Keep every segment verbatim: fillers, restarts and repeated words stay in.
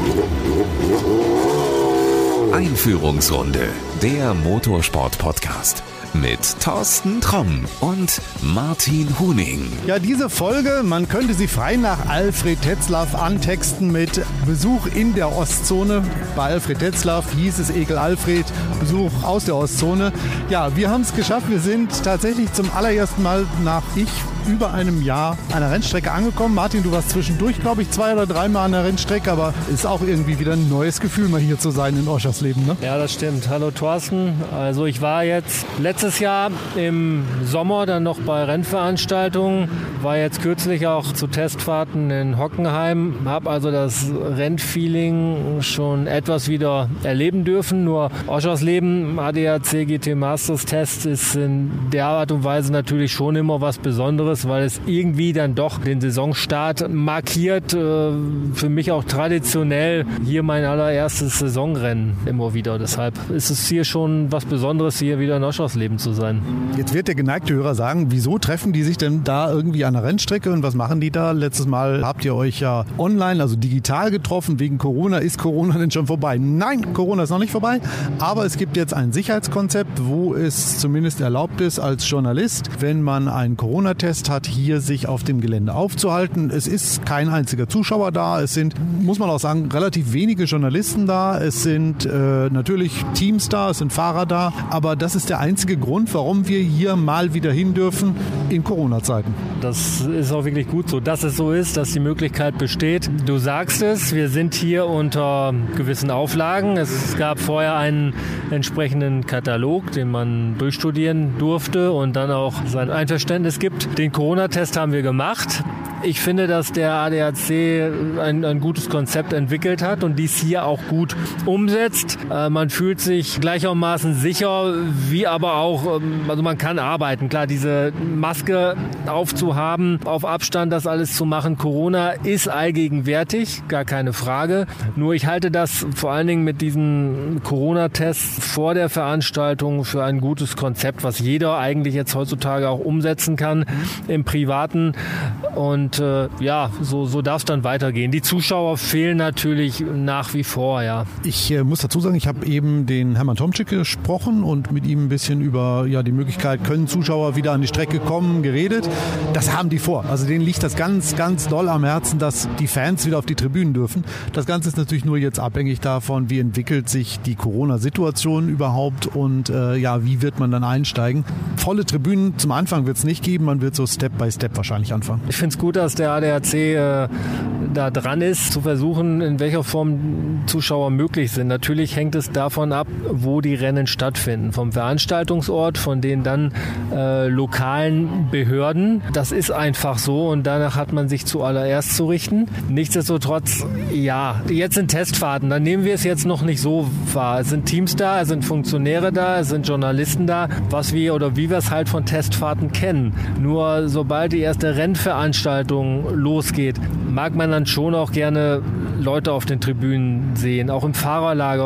Einführungsrunde, der Motorsport-Podcast mit Thorsten Tromm und Martin Huning. Ja, diese Folge, man könnte sie frei nach Alfred Tetzlaff antexten mit Besuch in der Ostzone. Bei Alfred Tetzlaff hieß es Ekel Alfred, Besuch aus der Ostzone. Ja, wir haben es geschafft. Wir sind tatsächlich zum allerersten Mal nach ich über einem Jahr an der Rennstrecke angekommen. Martin, du warst zwischendurch, glaube ich, zwei oder dreimal an der Rennstrecke, aber ist auch irgendwie wieder ein neues Gefühl, mal hier zu sein in Oschersleben, ne? Ja, das stimmt. Hallo Thorsten. Also ich war jetzt letztes Jahr im Sommer dann noch bei Rennveranstaltungen, war jetzt kürzlich auch zu Testfahrten in Hockenheim, habe also das Rennfeeling schon etwas wieder erleben dürfen. Nur Oschersleben, A D A C G T Masters Test ist in der Art und Weise natürlich schon immer was Besonderes, weil es irgendwie dann doch den Saisonstart markiert. Für mich auch traditionell hier mein allererstes Saisonrennen immer wieder. Deshalb ist es hier schon was Besonderes, hier wieder in Oschersleben zu sein. Jetzt wird der geneigte Hörer sagen, wieso treffen die sich denn da irgendwie an der Rennstrecke und was machen die da? Letztes Mal habt ihr euch ja online, also digital getroffen. Wegen Corona. Ist Corona denn schon vorbei? Nein, Corona ist noch nicht vorbei. Aber es gibt jetzt ein Sicherheitskonzept, wo es zumindest erlaubt ist als Journalist, wenn man einen Corona-Test hat, hier sich auf dem Gelände aufzuhalten. Es ist kein einziger Zuschauer da. Es sind, muss man auch sagen, relativ wenige Journalisten da. Es sind äh, natürlich Teams da, es sind Fahrer da. Aber das ist der einzige Grund, warum wir hier mal wieder hin dürfen in Corona-Zeiten. Das ist auch wirklich gut so, dass es so ist, dass die Möglichkeit besteht. Du sagst es, wir sind hier unter gewissen Auflagen. Es gab vorher einen entsprechenden Katalog, den man durchstudieren durfte und dann auch sein Einverständnis gibt. Den Corona-Test haben wir gemacht. Ich finde, dass der A D A C ein, ein gutes Konzept entwickelt hat und dies hier auch gut umsetzt. Äh, man fühlt sich gleichermaßen sicher, wie aber auch, ähm, also man kann arbeiten. Klar, diese Maske aufzuhaben, auf Abstand das alles zu machen. Corona ist allgegenwärtig, gar keine Frage. Nur ich halte das vor allen Dingen mit diesen Corona-Tests vor der Veranstaltung für ein gutes Konzept, was jeder eigentlich jetzt heutzutage auch umsetzen kann im Privaten. Und äh, ja, so, so darf es dann weitergehen. Die Zuschauer fehlen natürlich nach wie vor, ja. Ich äh, muss dazu sagen, ich habe eben den Hermann Tomczyk gesprochen und mit ihm ein bisschen über ja, die Möglichkeit, können Zuschauer wieder an die Strecke kommen, geredet. Das haben die vor. Also denen liegt das ganz, ganz doll am Herzen, dass die Fans wieder auf die Tribünen dürfen. Das Ganze ist natürlich nur jetzt abhängig davon, wie entwickelt sich die Corona-Situation überhaupt und äh, ja, wie wird man dann einsteigen. Volle Tribünen zum Anfang wird es nicht geben, man wird so Step by Step wahrscheinlich anfangen. Ich finde es gut, dass der A D A C äh, da dran ist, zu versuchen, in welcher Form Zuschauer möglich sind. Natürlich hängt es davon ab, wo die Rennen stattfinden. Vom Veranstaltungsort, von den dann äh, lokalen Behörden. Das ist einfach so und danach hat man sich zuallererst zu richten. Nichtsdestotrotz, ja, jetzt sind Testfahrten. Dann nehmen wir es jetzt noch nicht so wahr. Es sind Teams da, es sind Funktionäre da, es sind Journalisten da, was wir oder wie wir es halt von Testfahrten kennen. Nur sobald die erste Rennveranstaltung losgeht, mag man dann schon auch gerne Leute auf den Tribünen sehen, auch im Fahrerlager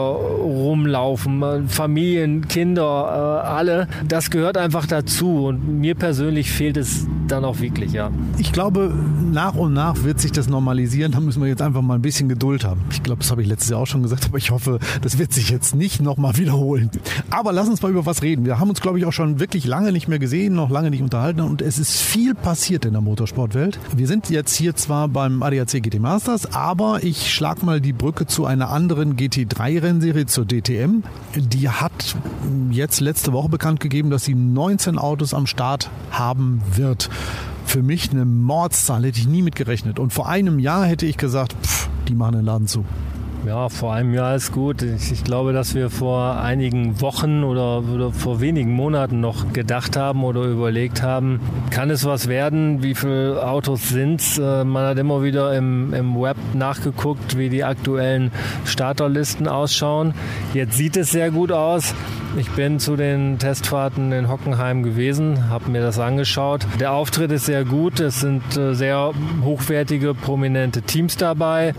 rumlaufen, Familien, Kinder, äh, alle. Das gehört einfach dazu und mir persönlich fehlt es dann auch wirklich, ja. Ich glaube, nach und nach wird sich das normalisieren, da müssen wir jetzt einfach mal ein bisschen Geduld haben. Ich glaube, das habe ich letztes Jahr auch schon gesagt, aber ich hoffe, das wird sich jetzt nicht nochmal wiederholen. Aber lass uns mal über was reden. Wir haben uns, glaube ich, auch schon wirklich lange nicht mehr gesehen, noch lange nicht unterhalten und es ist viel passiert in der Motorsportwelt. Wir sind jetzt hier zwar beim A D A C G T Masters, aber ich schlage mal die Brücke zu einer anderen G T drei Rennserie, zur D T M. Die hat jetzt letzte Woche bekannt gegeben, dass sie neunzehn Autos am Start haben wird. Für mich eine Mordszahl, hätte ich nie mit gerechnet. Und vor einem Jahr hätte ich gesagt, pff, die machen den Laden zu. Ja, vor einem Jahr ist gut. Ich, ich glaube, dass wir vor einigen Wochen oder, oder vor wenigen Monaten noch gedacht haben oder überlegt haben, kann es was werden? Wie viele Autos sind es? Äh, man hat immer wieder im, im Web nachgeguckt, wie die aktuellen Starterlisten ausschauen. Jetzt sieht es sehr gut aus. Ich bin zu den Testfahrten in Hockenheim gewesen, habe mir das angeschaut. Der Auftritt ist sehr gut, es sind sehr hochwertige, prominente Teams dabei.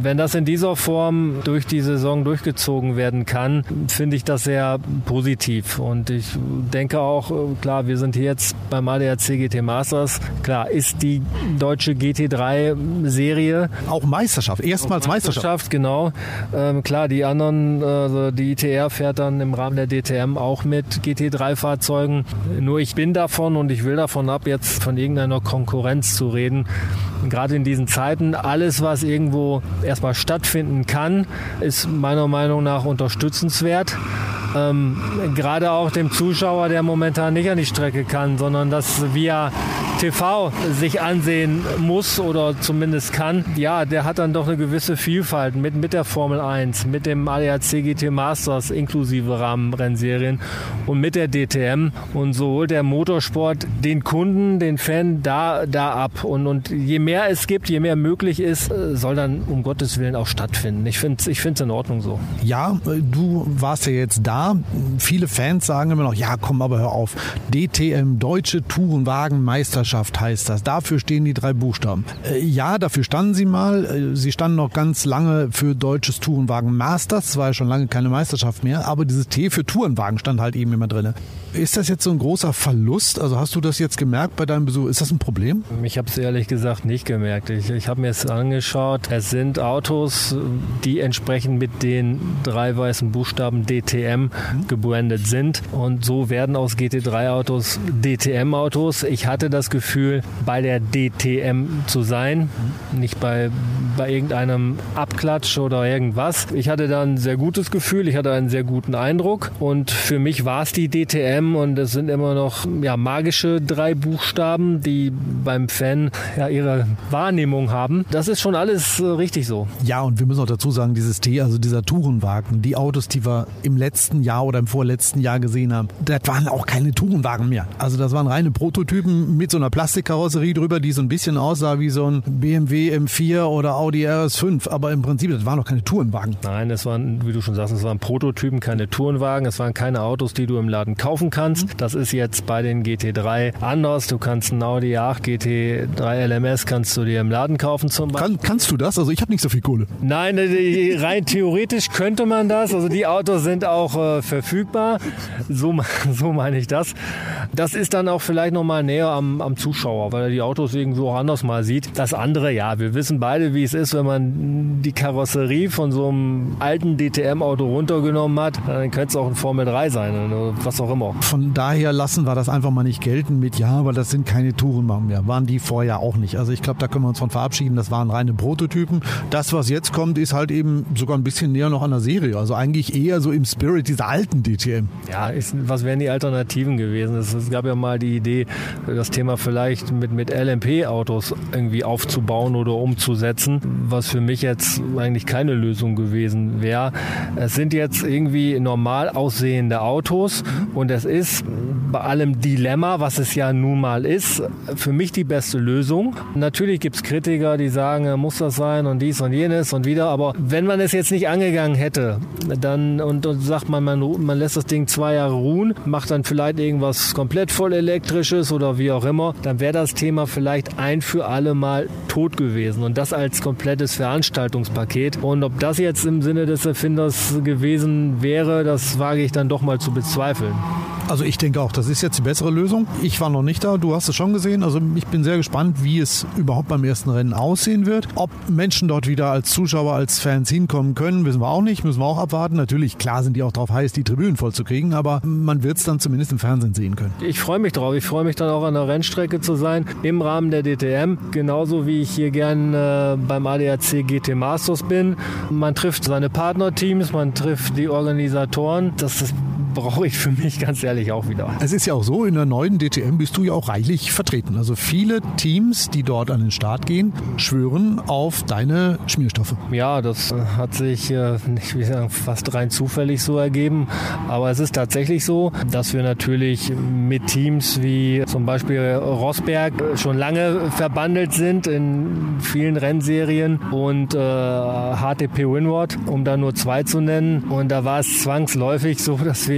wenn das in dieser Form durch die Saison durchgezogen werden kann, finde ich das sehr positiv. Und ich denke auch, klar, wir sind hier jetzt beim A D A C G T Masters. Klar, ist die deutsche G T drei Serie. Auch Meisterschaft, erstmals Meisterschaft. Meisterschaft, genau. Ähm, klar, die anderen, also die I T R fährt dann im Rahmen der D T M auch mit G T drei Fahrzeugen. Nur ich bin davon und ich will davon ab, jetzt von irgendeiner Konkurrenz zu reden. Gerade in diesen Zeiten, alles, was irgendwo erstmal stattfinden kann, ist meiner Meinung nach unterstützenswert. Ähm, gerade auch dem Zuschauer, der momentan nicht an die Strecke kann, sondern das via T V sich ansehen muss oder zumindest kann, ja, der hat dann doch eine gewisse Vielfalt mit, mit der Formel eins, mit dem A D A C G T Masters inklusive Rahmenrennserien und mit der D T M. Und so holt der Motorsport den Kunden, den Fan da, da ab. Und, und je mehr es gibt, je mehr möglich ist, soll dann um Gottes Willen auch stattfinden. Ich finde es ich find's in Ordnung so. Ja, du warst ja jetzt da. Viele Fans sagen immer noch, ja komm, aber hör auf. D T M, Deutsche Tourenwagen-Meisterschaft heißt das. Dafür stehen die drei Buchstaben. Äh, ja, dafür standen sie mal. Äh, sie standen noch ganz lange für Deutsches Tourenwagen-Masters. Das war ja schon lange keine Meisterschaft mehr. Aber dieses T für Tourenwagen stand halt eben immer drin. Ist das jetzt so ein großer Verlust? Also hast du das jetzt gemerkt bei deinem Besuch? Ist das ein Problem? Ich habe es ehrlich gesagt nicht gemerkt. Ich, ich habe mir es angeschaut. Es sind Autos, die entsprechend mit den drei weißen Buchstaben D T M gebrandet sind. Und so werden aus G T drei Autos D T M-Autos. Ich hatte das Gefühl, bei der D T M zu sein, nicht bei, bei irgendeinem Abklatsch oder irgendwas. Ich hatte da ein sehr gutes Gefühl, ich hatte einen sehr guten Eindruck und für mich war es die D T M und es sind immer noch ja, magische drei Buchstaben, die beim Fan ja, ihre Wahrnehmung haben. Das ist schon alles äh, richtig so. Ja, und wir müssen auch dazu sagen, dieses T, also dieser Tourenwagen, die Autos, die wir im letzten Jahr oder im vorletzten Jahr gesehen haben, das waren auch keine Tourenwagen mehr. Also das waren reine Prototypen mit so einer Plastikkarosserie drüber, die so ein bisschen aussah wie so ein B M W M vier oder Audi R S fünf. Aber im Prinzip, das waren doch keine Tourenwagen. Nein, es waren, wie du schon sagst, es waren Prototypen, keine Tourenwagen. Es waren keine Autos, die du im Laden kaufen kannst. Das ist jetzt bei den G T drei anders. Du kannst einen Audi A acht G T drei L M S kannst du dir im Laden kaufen zum Beispiel. Kann, kannst du das? Also ich habe nicht so viel Kohle. Nein, rein theoretisch könnte man das. Also die Autos sind auch äh, verfügbar. So, so meine ich das. Das ist dann auch vielleicht noch mal näher am, am Zuschauer, weil er die Autos irgendwo auch anders mal sieht. Das andere, ja, wir wissen beide, wie es ist, wenn man die Karosserie von so einem alten D T M-Auto runtergenommen hat. Dann könnte es auch ein Formel drei sein oder was auch immer. Von daher lassen wir das einfach mal nicht gelten mit, ja, aber das sind keine Tourenwagen mehr. Waren die vorher auch nicht. Also ich glaube, da können wir uns von verabschieden. Das waren reine Prototypen. Das, was jetzt kommt, ist halt eben sogar ein bisschen näher noch an der Serie. Also eigentlich eher so im Spirit dieser alten D T M. Ja, ist, was wären die Alternativen gewesen? Es, es gab ja mal die Idee, das Thema vielleicht mit, mit L M P-Autos irgendwie aufzubauen oder umzusetzen, was für mich jetzt eigentlich keine Lösung gewesen wäre. Es sind jetzt irgendwie normal aussehende Autos und es ist bei allem Dilemma, was es ja nun mal ist, für mich die beste Lösung. Natürlich gibt es Kritiker, die sagen, muss das sein und dies und jenes und wieder, aber wenn man es jetzt nicht angegangen hätte, dann und, und sagt man, man, man lässt das Ding zwei Jahre ruhen, macht dann vielleicht irgendwas komplett voll elektrisches oder wie auch immer, dann wäre das Thema vielleicht ein für alle Mal tot gewesen und das als komplettes Veranstaltungspaket. Und ob das jetzt im Sinne des Erfinders gewesen wäre, das wage ich dann doch mal zu bezweifeln. Also ich denke auch, das ist jetzt die bessere Lösung. Ich war noch nicht da, du hast es schon gesehen. Also ich bin sehr gespannt, wie es überhaupt beim ersten Rennen aussehen wird. Ob Menschen dort wieder als Zuschauer, als Fans hinkommen können, wissen wir auch nicht, müssen wir auch abwarten. Natürlich, klar sind die auch drauf heiß, die Tribünen voll zu kriegen, aber man wird es dann zumindest im Fernsehen sehen können. Ich freue mich drauf. Ich freue mich dann auch an der Rennstrecke zu sein, im Rahmen der D T M. Genauso wie ich hier gern äh, beim A D A C G T Masters bin. Man trifft seine Partnerteams, man trifft die Organisatoren. Das ist brauche ich für mich ganz ehrlich auch wieder. Es ist ja auch so, in der neuen D T M bist du ja auch reichlich vertreten. Also viele Teams, die dort an den Start gehen, schwören auf deine Schmierstoffe. Ja, das hat sich, ich will sagen, fast rein zufällig so ergeben. Aber es ist tatsächlich so, dass wir natürlich mit Teams wie zum Beispiel Rosberg schon lange verbandelt sind in vielen Rennserien und äh, H T P Windward, um da nur zwei zu nennen. Und da war es zwangsläufig so, dass wir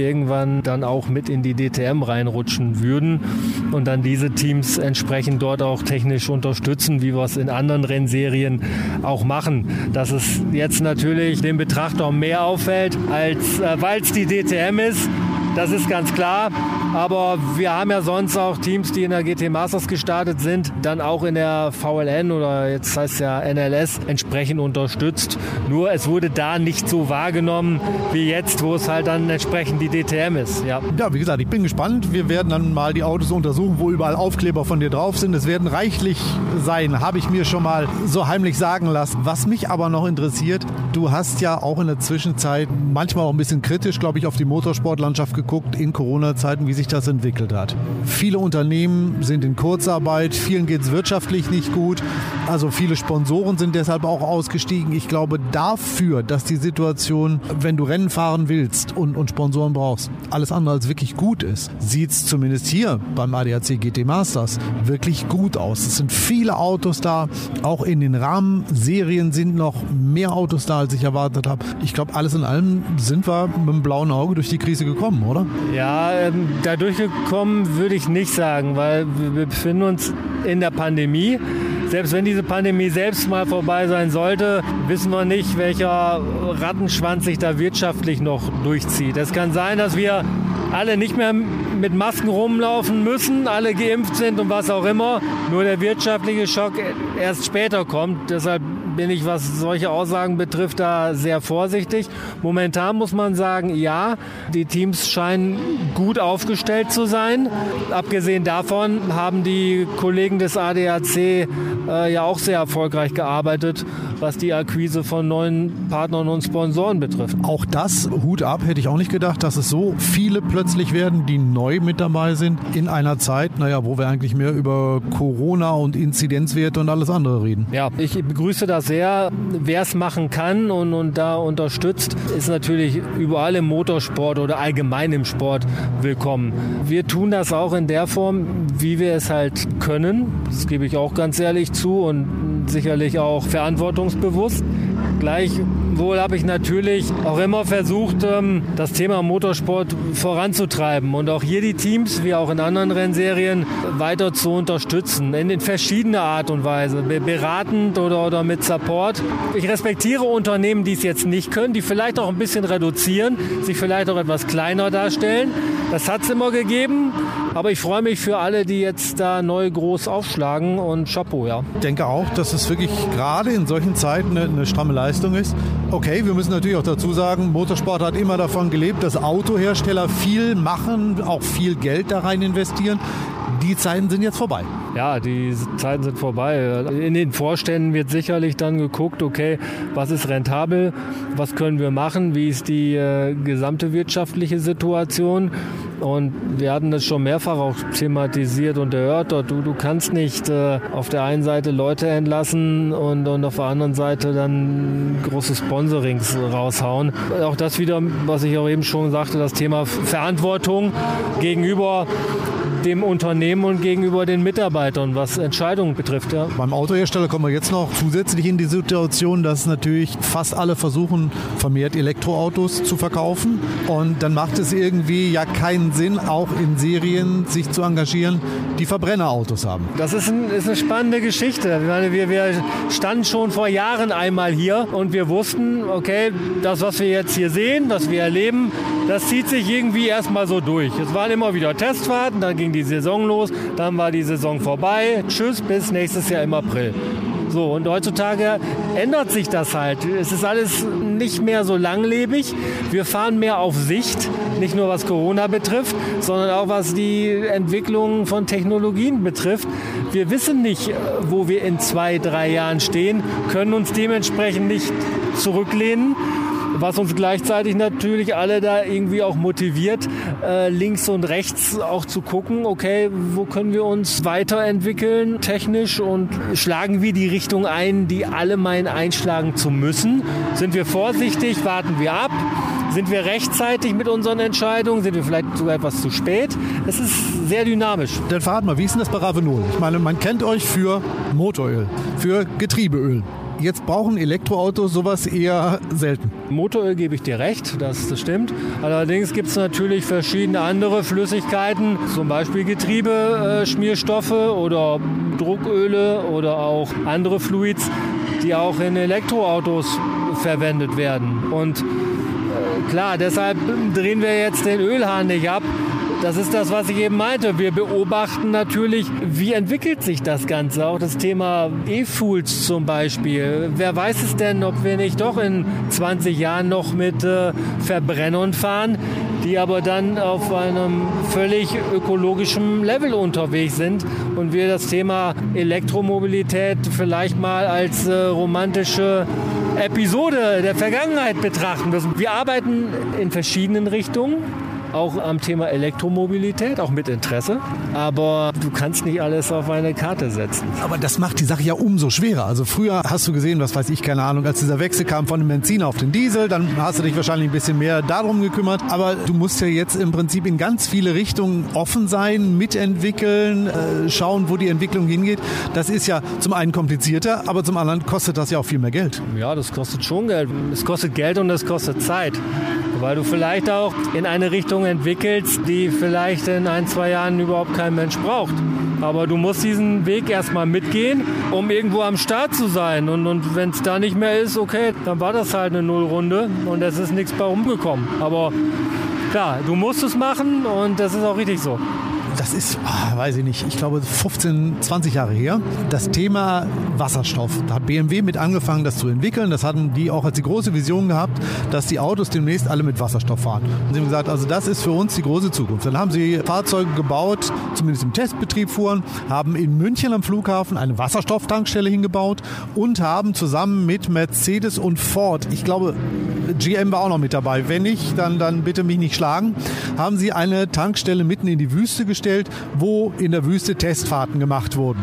irgendwann dann auch mit in die D T M reinrutschen würden und dann diese Teams entsprechend dort auch technisch unterstützen, wie wir es in anderen Rennserien auch machen. Dass es jetzt natürlich dem Betrachter mehr auffällt, als äh, weil es die D T M ist. Das ist ganz klar, aber wir haben ja sonst auch Teams, die in der G T Masters gestartet sind, dann auch in der V L N oder jetzt heißt es ja N L S entsprechend unterstützt. Nur es wurde da nicht so wahrgenommen wie jetzt, wo es halt dann entsprechend die D T M ist. Ja, ja, wie gesagt, ich bin gespannt. Wir werden dann mal die Autos untersuchen, wo überall Aufkleber von dir drauf sind. Es werden reichlich sein, habe ich mir schon mal so heimlich sagen lassen. Was mich aber noch interessiert, du hast ja auch in der Zwischenzeit manchmal auch ein bisschen kritisch, glaube ich, auf die Motorsportlandschaft geguckt. geguckt in Corona-Zeiten, wie sich das entwickelt hat. Viele Unternehmen sind in Kurzarbeit, vielen geht es wirtschaftlich nicht gut, also viele Sponsoren sind deshalb auch ausgestiegen. Ich glaube dafür, dass die Situation, wenn du Rennen fahren willst und, und Sponsoren brauchst, alles andere als wirklich gut ist, sieht es zumindest hier beim A D A C G T Masters wirklich gut aus. Es sind viele Autos da, auch in den Rahmenserien sind noch mehr Autos da, als ich erwartet habe. Ich glaube, alles in allem sind wir mit dem blauen Auge durch die Krise gekommen, oder? Ja, ähm, da durchgekommen würde ich nicht sagen, weil wir befinden uns in der Pandemie. Selbst wenn diese Pandemie selbst mal vorbei sein sollte, wissen wir nicht, welcher Rattenschwanz sich da wirtschaftlich noch durchzieht. Es kann sein, dass wir alle nicht mehr mit Masken rumlaufen müssen, alle geimpft sind und was auch immer. Nur der wirtschaftliche Schock erst später kommt. Deshalb bin ich, was solche Aussagen betrifft, da sehr vorsichtig. Momentan muss man sagen, ja, die Teams scheinen gut aufgestellt zu sein. Abgesehen davon haben die Kollegen des A D A C äh, ja auch sehr erfolgreich gearbeitet, was die Akquise von neuen Partnern und Sponsoren betrifft. Auch das, Hut ab, hätte ich auch nicht gedacht, dass es so viele plötzlich werden, die neu mit dabei sind in einer Zeit, naja, wo wir eigentlich mehr über Corona und Inzidenzwerte und alles andere reden. Ja, ich begrüße das sehr. Wer es machen kann und, und da unterstützt, ist natürlich überall im Motorsport oder allgemein im Sport willkommen. Wir tun das auch in der Form, wie wir es halt können. Das gebe ich auch ganz ehrlich zu und sicherlich auch verantwortungsbewusst. Gleichwohl habe ich natürlich auch immer versucht, das Thema Motorsport voranzutreiben und auch hier die Teams, wie auch in anderen Rennserien, weiter zu unterstützen, in, in verschiedener Art und Weise, beratend oder, oder mit Support. Ich respektiere Unternehmen, die es jetzt nicht können, die vielleicht auch ein bisschen reduzieren, sich vielleicht auch etwas kleiner darstellen. Das hat es immer gegeben, aber ich freue mich für alle, die jetzt da neu groß aufschlagen und Chapeau, ja. Ich denke auch, dass es wirklich gerade in solchen Zeiten eine, eine stramme Leistung ist. Okay, wir müssen natürlich auch dazu sagen, Motorsport hat immer davon gelebt, dass Autohersteller viel machen, auch viel Geld da rein investieren. Die Zeiten sind jetzt vorbei. Ja, die Zeiten sind vorbei. In den Vorständen wird sicherlich dann geguckt, okay, was ist rentabel, was können wir machen, wie ist die äh, gesamte wirtschaftliche Situation. Und wir hatten das schon mehrfach auch thematisiert und erörtert. Du, du kannst nicht äh, auf der einen Seite Leute entlassen und, und auf der anderen Seite dann große Sponsorings raushauen. Auch das wieder, was ich auch eben schon sagte, das Thema Verantwortung gegenüber dem Unternehmen und gegenüber den Mitarbeitern, was Entscheidungen betrifft. Ja. Beim Autohersteller kommen wir jetzt noch zusätzlich in die Situation, dass natürlich fast alle versuchen, vermehrt Elektroautos zu verkaufen. Und dann macht es irgendwie ja keinen Sinn, auch in Serien sich zu engagieren, die Verbrennerautos haben. Das ist, ein, ist eine spannende Geschichte. Ich meine, wir, wir standen schon vor Jahren einmal hier und wir wussten, okay, das, was wir jetzt hier sehen, was wir erleben, das zieht sich irgendwie erstmal so durch. Es waren immer wieder Testfahrten, dann ging die Saison los, dann war die Saison vorbei. Tschüss, bis nächstes Jahr im April. So, und heutzutage ändert sich das halt. Es ist alles nicht mehr so langlebig. Wir fahren mehr auf Sicht, nicht nur was Corona betrifft, sondern auch was die Entwicklung von Technologien betrifft. Wir wissen nicht, wo wir in zwei, drei Jahren stehen, können uns dementsprechend nicht zurücklehnen. Was uns gleichzeitig natürlich alle da irgendwie auch motiviert, äh, links und rechts auch zu gucken, okay, wo können wir uns weiterentwickeln technisch und schlagen wir die Richtung ein, die alle meinen einschlagen zu müssen? Sind wir vorsichtig, warten wir ab? Sind wir rechtzeitig mit unseren Entscheidungen? Sind wir vielleicht sogar etwas zu spät? Es ist sehr dynamisch. Dann verrat mal, wie ist denn das bei Ravenol? Ich meine, man kennt euch für Motoröl, für Getriebeöl. Jetzt brauchen Elektroautos sowas eher selten. Motoröl gebe ich dir recht, das, das stimmt. Allerdings gibt es natürlich verschiedene andere Flüssigkeiten, zum Beispiel Getriebeschmierstoffe oder Drucköle oder auch andere Fluids, die auch in Elektroautos verwendet werden. Und äh, klar, deshalb drehen wir jetzt den Ölhahn nicht ab. Das ist das, was ich eben meinte. Wir beobachten natürlich, wie entwickelt sich das Ganze. Auch das Thema E-Fuels zum Beispiel. Wer weiß es denn, ob wir nicht doch in zwanzig Jahren noch mit äh, Verbrennern fahren, die aber dann auf einem völlig ökologischen Level unterwegs sind und wir das Thema Elektromobilität vielleicht mal als äh, romantische Episode der Vergangenheit betrachten müssen. Wir arbeiten in verschiedenen Richtungen. Auch am Thema Elektromobilität, auch mit Interesse. Aber du kannst nicht alles auf eine Karte setzen. Aber das macht die Sache ja umso schwerer. Also früher hast du gesehen, was weiß ich, keine Ahnung, als dieser Wechsel kam von dem Benzin auf den Diesel, dann hast du dich wahrscheinlich ein bisschen mehr darum gekümmert. Aber du musst ja jetzt im Prinzip in ganz viele Richtungen offen sein, mitentwickeln, äh, schauen, wo die Entwicklung hingeht. Das ist ja zum einen komplizierter, aber zum anderen kostet das ja auch viel mehr Geld. Ja, das kostet schon Geld. Es kostet Geld und es kostet Zeit. Weil du vielleicht auch in eine Richtung entwickelst, die vielleicht in ein, zwei Jahren überhaupt kein Mensch braucht. Aber du musst diesen Weg erstmal mitgehen, um irgendwo am Start zu sein. Und, und wenn es da nicht mehr ist, okay, dann war das halt eine Nullrunde und es ist nichts bei rumgekommen. Aber klar, du musst es machen und das ist auch richtig so. Das ist, oh, weiß ich nicht, ich glaube fünfzehn, zwanzig Jahre her. Das Thema Wasserstoff, da hat B M W mit angefangen, das zu entwickeln. Das hatten die auch als die große Vision gehabt, dass die Autos demnächst alle mit Wasserstoff fahren. Und sie haben gesagt, also das ist für uns die große Zukunft. Dann haben sie Fahrzeuge gebaut, zumindest im Testbetrieb fuhren, haben in München am Flughafen eine Wasserstofftankstelle hingebaut und haben zusammen mit Mercedes und Ford, ich glaube G M war auch noch mit dabei, wenn nicht, dann, dann bitte mich nicht schlagen, haben sie eine Tankstelle mitten in die Wüste gestellt, wo in der Wüste Testfahrten gemacht wurden.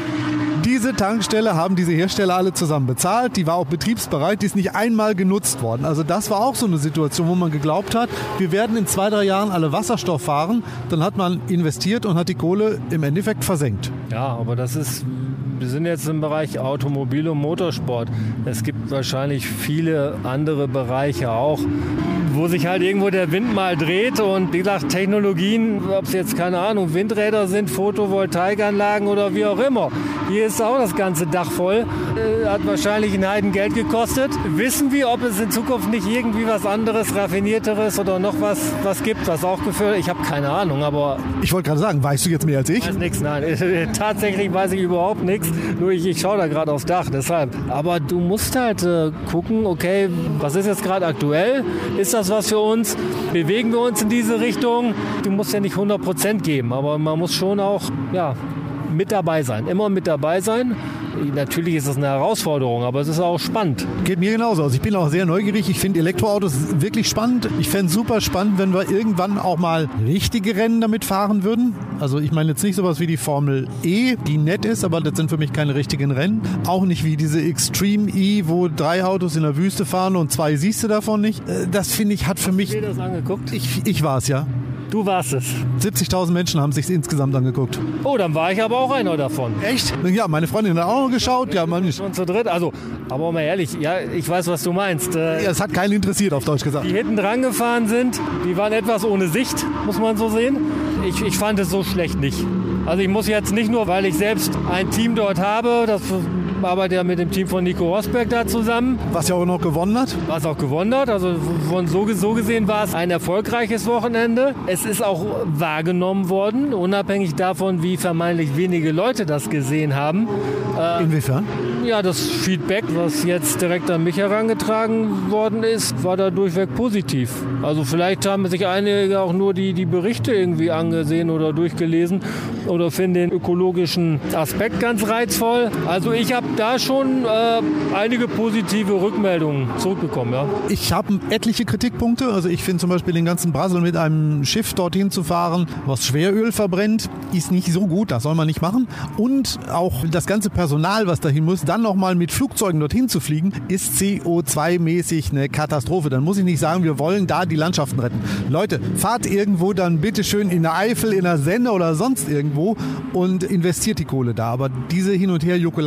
Diese Tankstelle haben diese Hersteller alle zusammen bezahlt. Die war auch betriebsbereit, die ist nicht einmal genutzt worden. Also das war auch so eine Situation, wo man geglaubt hat, wir werden in zwei, drei Jahren alle Wasserstoff fahren. Dann hat man investiert und hat die Kohle im Endeffekt versenkt. Ja, aber das ist, wir sind jetzt im Bereich Automobil und Motorsport. Es gibt wahrscheinlich viele andere Bereiche auch, wo sich halt irgendwo der Wind mal dreht und wie gesagt, Technologien, ob es jetzt, keine Ahnung, Windräder sind, Photovoltaikanlagen oder wie auch immer. Hier ist auch das ganze Dach voll. Äh, hat wahrscheinlich ein Heidengeld gekostet. Wissen wir, ob es in Zukunft nicht irgendwie was anderes, raffinierteres oder noch was, was gibt, was auch gefördert? Ich habe keine Ahnung, aber... Ich wollte gerade sagen, weißt du jetzt mehr als ich? Ich weiß nichts, nein. Tatsächlich weiß ich überhaupt nichts. Nur ich, ich schaue da gerade aufs Dach, deshalb. Aber du musst halt äh, gucken, okay, was ist jetzt gerade aktuell? Ist das was für uns? Bewegen wir uns in diese Richtung? Du musst ja nicht hundert Prozent geben, aber man muss schon auch, ja, mit dabei sein, immer mit dabei sein. Natürlich ist das eine Herausforderung, aber es ist auch spannend. Geht mir genauso. Also ich bin auch sehr neugierig. Ich finde Elektroautos wirklich spannend. Ich fände es super spannend, wenn wir irgendwann auch mal richtige Rennen damit fahren würden. Also ich meine jetzt nicht sowas wie die Formel E, die nett ist, aber das sind für mich keine richtigen Rennen. Auch nicht wie diese Extreme E, wo drei Autos in der Wüste fahren und zwei siehst du davon nicht. Das finde ich, hat für mich... Hast du dir das angeguckt? Ich, ich war es, ja. Du warst es. siebzigtausend Menschen haben sich insgesamt angeguckt. Oh, dann war ich aber auch einer davon. Echt? Ja, meine Freundin hat auch noch geschaut. Ja, man ist schon zu dritt. Also, aber mal ehrlich, ja, ich weiß, was du meinst. Äh, ja, es hat keinen interessiert, auf Deutsch gesagt. Die hinten dran gefahren sind, die waren etwas ohne Sicht, muss man so sehen. Ich, ich fand es so schlecht nicht. Also ich muss jetzt nicht nur, weil ich selbst ein Team dort habe, das arbeitet ja mit dem Team von Nico Rosberg da zusammen. Was ja auch noch gewonnen hat. Was auch gewonnen hat. Also von so, so gesehen war es ein erfolgreiches Wochenende. Es ist auch wahrgenommen worden, unabhängig davon, wie vermeintlich wenige Leute das gesehen haben. Äh, Inwiefern? Ja, das Feedback, was jetzt direkt an mich herangetragen worden ist, war da durchweg positiv. Also vielleicht haben sich einige auch nur die, die Berichte irgendwie angesehen oder durchgelesen oder finden den ökologischen Aspekt ganz reizvoll. Also ich habe da schon äh, einige positive Rückmeldungen zurückbekommen. Ja. Ich habe etliche Kritikpunkte. Also ich finde zum Beispiel den ganzen Brasel mit einem Schiff dorthin zu fahren, was Schweröl verbrennt, ist nicht so gut. Das soll man nicht machen. Und auch das ganze Personal, was dahin muss, dann nochmal mit Flugzeugen dorthin zu fliegen, ist C O zwei mäßig eine Katastrophe. Dann muss ich nicht sagen, wir wollen da die Landschaften retten. Leute, fahrt irgendwo dann bitte schön in der Eifel, in der Senne oder sonst irgendwo und investiert die Kohle da. Aber diese Hin- und Her-Juckelei, finde ich,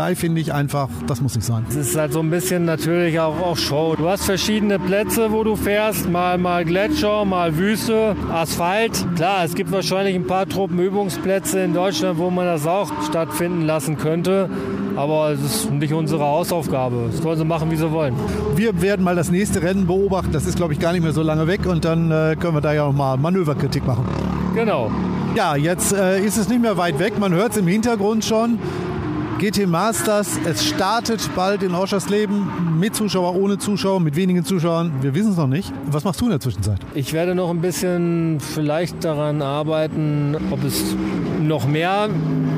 ich einfach, das muss nicht sein. Es ist halt so ein bisschen natürlich auch, auch Show. Du hast verschiedene Plätze, wo du fährst, mal, mal Gletscher, mal Wüste, Asphalt. Klar, es gibt wahrscheinlich ein paar Truppenübungsplätze in Deutschland, wo man das auch stattfinden lassen könnte. Aber es ist nicht unsere Hausaufgabe. Das sollen sie machen, wie sie wollen. Wir werden mal das nächste Rennen beobachten. Das ist, glaube ich, gar nicht mehr so lange weg. Und dann äh, können wir da ja nochmal Manöverkritik machen. Genau. Ja, jetzt äh, ist es nicht mehr weit weg. Man hört es im Hintergrund schon. G T Masters, es startet bald in Oschersleben. Mit Zuschauer, ohne Zuschauer, mit wenigen Zuschauern. Wir wissen es noch nicht. Was machst du in der Zwischenzeit? Ich werde noch ein bisschen vielleicht daran arbeiten, ob es noch mehr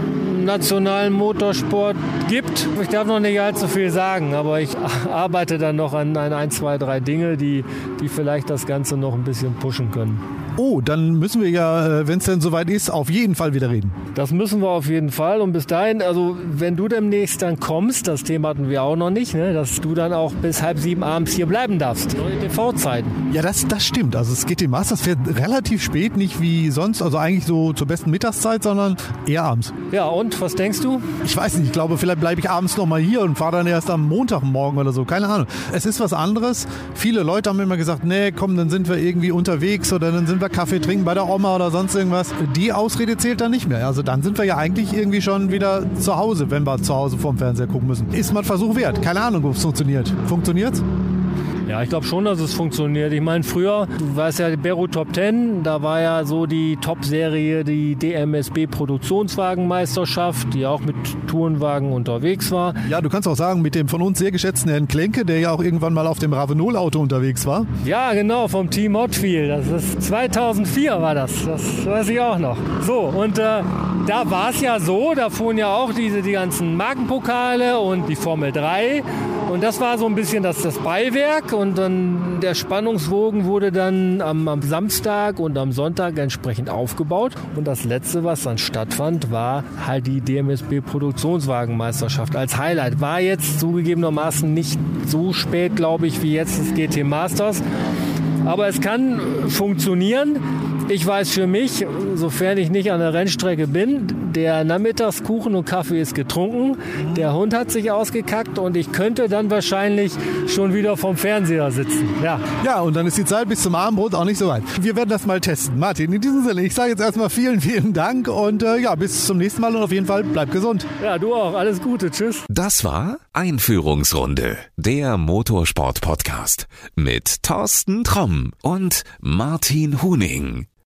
nationalen Motorsport gibt. Ich darf noch nicht allzu viel sagen, aber ich arbeite dann noch an ein, zwei, drei Dinge, die, die vielleicht das Ganze noch ein bisschen pushen können. Oh, dann müssen wir ja, wenn es denn soweit ist, auf jeden Fall wieder reden. Das müssen wir auf jeden Fall. Und bis dahin, also wenn du demnächst dann kommst, das Thema hatten wir auch noch nicht, ne, dass du dann auch bis halb sieben abends hier bleiben darfst. Neue T V-Zeiten. Ja, das, das stimmt. Also es geht dem Masters fährt relativ spät, nicht wie sonst, also eigentlich so zur besten Mittagszeit, sondern eher abends. Ja, und was denkst du? Ich weiß nicht, ich glaube, vielleicht bleibe ich abends noch mal hier und fahre dann erst am Montagmorgen oder so. Keine Ahnung. Es ist was anderes. Viele Leute haben immer gesagt, nee, komm, dann sind wir irgendwie unterwegs oder dann sind wir Kaffee trinken bei der Oma oder sonst irgendwas. Die Ausrede zählt dann nicht mehr. Also dann sind wir ja eigentlich irgendwie schon wieder zu Hause, wenn wir zu Hause vorm Fernseher gucken müssen. Ist mal ein Versuch wert. Keine Ahnung, ob es funktioniert. Funktioniert's? Ja, ich glaube schon, dass es funktioniert. Ich meine, früher, du weißt ja, die Beru Top Ten, da war ja so die Top-Serie, die D M S B Produktionswagenmeisterschaft, die auch mit Tourenwagen unterwegs war. Ja, du kannst auch sagen, mit dem von uns sehr geschätzten Herrn Klenke, der ja auch irgendwann mal auf dem Ravenol-Auto unterwegs war. Ja, genau, vom Team Hotfield. Das ist zweitausendvier war das, das weiß ich auch noch. So, und äh, da war es ja so, da fuhren ja auch diese, die ganzen Markenpokale und die Formel drei. Und das war so ein bisschen das, das Beiwerk und dann der Spannungsbogen wurde dann am, am Samstag und am Sonntag entsprechend aufgebaut. Und das Letzte, was dann stattfand, war halt die D M S B Produktionswagenmeisterschaft als Highlight. War jetzt zugegebenermaßen nicht so spät, glaube ich, wie jetzt das G T Masters. Aber es kann funktionieren. Ich weiß für mich, sofern ich nicht an der Rennstrecke bin, der Nachmittagskuchen und Kaffee ist getrunken, der Hund hat sich ausgekackt und ich könnte dann wahrscheinlich schon wieder vom Fernseher sitzen. Ja, ja, und dann ist die Zeit bis zum Abendbrot auch nicht so weit. Wir werden das mal testen. Martin, in diesem Sinne, ich sage jetzt erstmal vielen, vielen Dank und äh, ja, bis zum nächsten Mal und auf jeden Fall bleib gesund. Ja, du auch. Alles Gute. Tschüss. Das war Einführungsrunde, der Motorsport-Podcast mit Thorsten Tromm und Martin Huning.